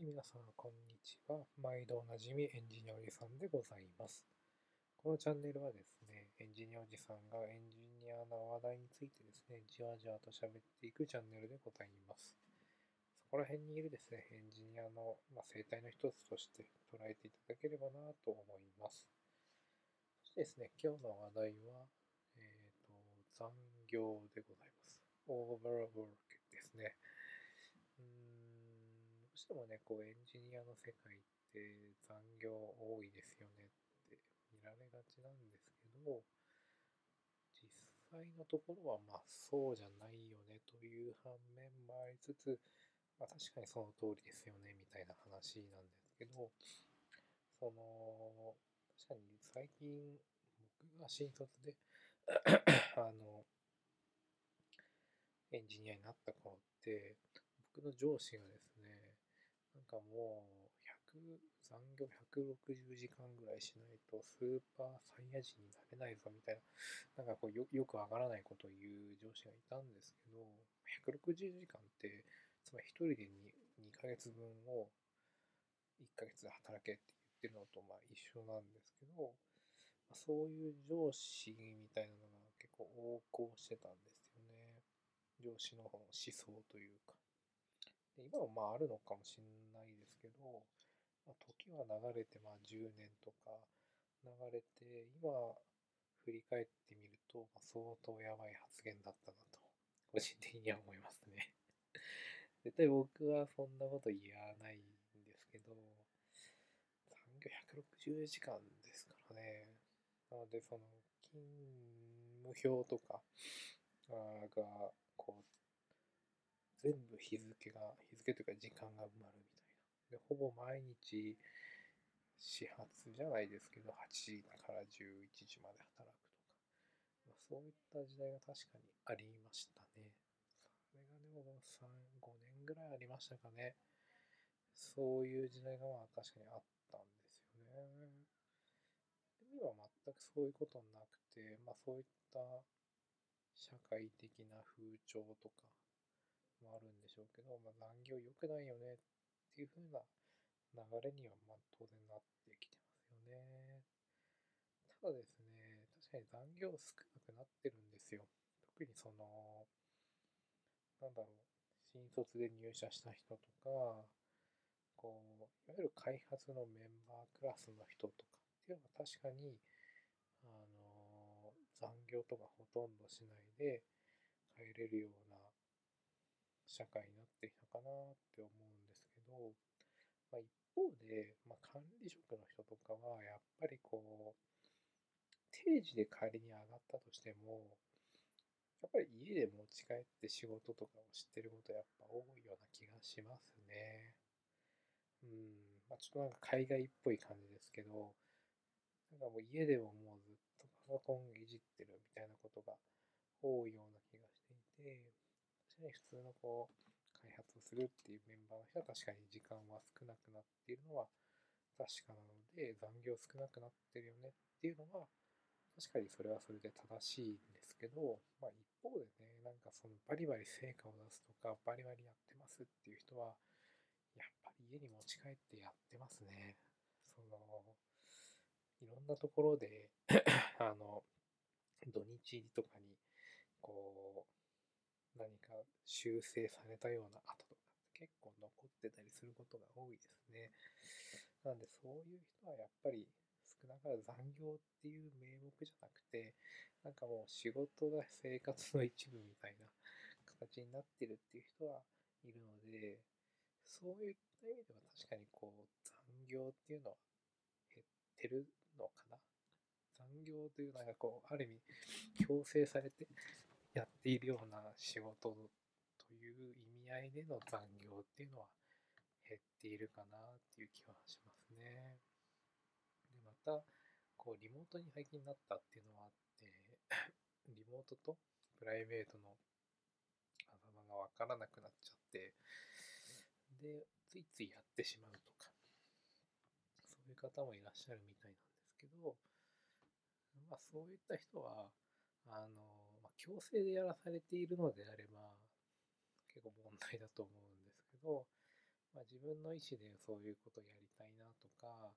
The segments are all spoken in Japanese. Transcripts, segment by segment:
皆さん、こんにちは。毎度おなじみエンジニアおじさんでございます。このチャンネルはですね、エンジニアおじさんがエンジニアの話題についてですね、じわじわと喋っていくチャンネルでございます。そこら辺にいるですね、エンジニアの、生態の一つとして捉えていただければなと思います。そしてですね、今日の話題は、残業でございます。Overwork ですね。どうしてもね、エンジニアの世界って残業多いですよねって見られがちなんですけど、実際のところはそうじゃないよねという反面もありつつ、確かにその通りですよねみたいな話なんですけど、確かに最近僕が新卒であの、エンジニアになった頃って、僕の上司がですね、なんかもう、残業160時間ぐらいしないとスーパーサイヤ人になれないぞみたいな、よくわからないことを言う上司がいたんですけど、160時間って、つまり一人で2ヶ月分を1ヶ月で働けって言ってるのと一緒なんですけど、そういう上司みたいなのが結構横行してたんですよね。上司の思想というか。で今はあるのかもしれないですけど、時は流れて10年とか流れて、今振り返ってみると、相当やばい発言だったなと、個人的には思いますね。絶対僕はそんなこと言わないんですけど、残業160時間ですからね。なので、勤務表とかが、全部日付というか時間が埋まるみたいな。で、ほぼ毎日、始発じゃないですけど、8時から11時まで働くとか、そういった時代が確かにありましたね。それがでも3、5年ぐらいありましたかね。そういう時代が確かにあったんですよね。でも今は全くそういうことなくて、そういった社会的な風潮とかもあるんでしょうけど、残業良くないよねっていう風な流れには当然なってきてますよね。ただですね、確かに残業少なくなってるんですよ。特になんだろう、新卒で入社した人とか、いわゆる開発のメンバークラスの人とかっていうのは確かに、残業とかほとんどしないで帰れるような社会になってきたかなって思うんですけど、一方で、管理職の人とかは、やっぱり定時で仮に上がったとしても、やっぱり家で持ち帰って仕事とかをしてることやっぱ多いような気がしますね。ちょっと海外っぽい感じですけど、もう家でももうずっとパソコンいじってるみたいなことが多いような気がしていて、確かに普通の開発をするっていうメンバーの人は確かに時間は少なくなっているのは確かなので、残業少なくなってるよねっていうのは、確かにそれはそれで正しいんですけど、一方でね、バリバリ成果を出すとか、バリバリやってますっていう人は、やっぱり家に持ち帰ってやってますね。いろんなところであの、土日とかに、こ何か修正されたような跡とか結構残ってたりすることが多いですね。なのでそういう人はやっぱり少なからず残業っていう名目じゃなくて、もう仕事が生活の一部みたいな形になってるっていう人はいるので、そういった意味では確かに残業っていうのは減ってるのかな。残業というある意味強制されてやっているような仕事という意味合いでの残業っていうのは減っているかなっていう気はしますね。で、また、リモートに最近なったっていうのはあって、リモートとプライベートの頭がわからなくなっちゃって、で、ついついやってしまうとか、そういう方もいらっしゃるみたいなんですけど、そういった人は、強制でやらされているのであれば、結構問題だと思うんですけど、自自分の意思でそういうことをやりたいなとか、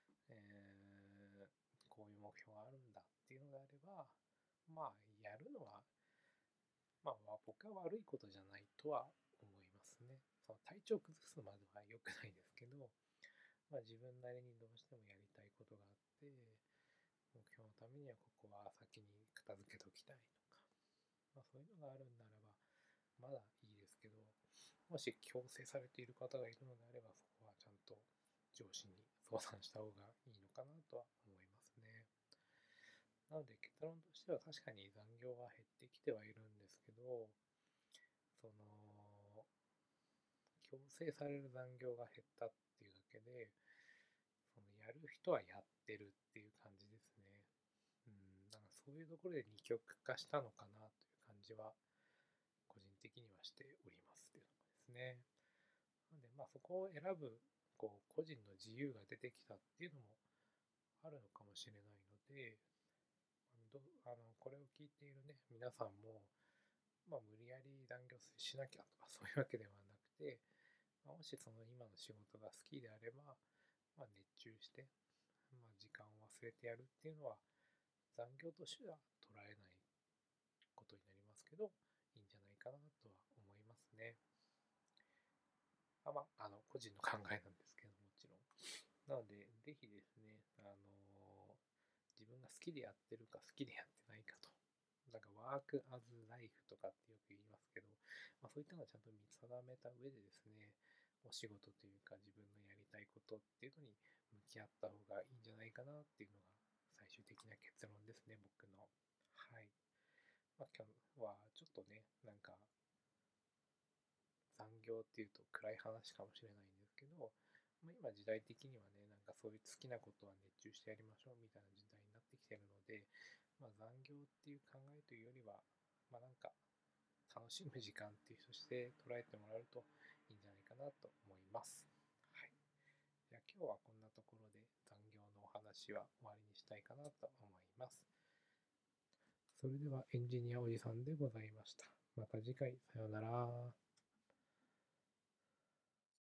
こういう目標があるんだっていうのであれば、まあ、やるのは、まあ、僕は悪いことじゃないとは思いますね。その体調崩すまでは良くないですけど、まあ、自分なりにどうしてもやりたいことがあって、目標のためにはここは先に片付けときたいとか、まあ、そういうのがあるんならば、まだいいですけど、もし強制されている方がいるのであれば、そこはちゃんと上司に相談した方がいいのかなとは思いますね。なので結論としては確かに残業は減ってきてはいるんですけど、その、強制される残業が減ったっていうだけで、そのやる人はやってるっていう感じですね。なんかそういうところで二極化したのかなという感じは個人的にはしておりますというところですね。なのでまあそこを選ぶ個人の自由が出てきたっていうのもあるのかもしれないので、これを聞いているね皆さんも、まあ、無理やり残業しなきゃとかそういうわけではなくて、まあ、もしその今の仕事が好きであれば、まあ、熱中して、まあ、時間を忘れてやるっていうのは残業としては捉えないことになりますけど、いいんじゃないかなとは思いますね。個人の考えなんですけど、もちろん。なので、ぜひですね、自分が好きでやってるか好きでやってないかと。なんかワークアズライフとかってよく言いますけど、まあ、そういったのをちゃんと見定めた上でですね、お仕事というか自分のやりたいことっていうのに向き合った方がいいんじゃないかなっていうのが最終的な結論ですね、僕の。はい。まあ、今日はちょっとね、なんか残業っていうと暗い話かもしれないんですけど、まあ、今時代的にはね、なんかそういう好きなことは熱中してやりましょうみたいな時代になってきてるので、まあ、残業っていう考えというよりは、まあ、なんか楽しむ時間っていうとして捉えてもらうといいんじゃないかなと思います。はい。じゃあ今日はこんなところで残業のお話は終わりにしたいかなと思います。それではエンジニアおじさんでございました。また次回、さようなら。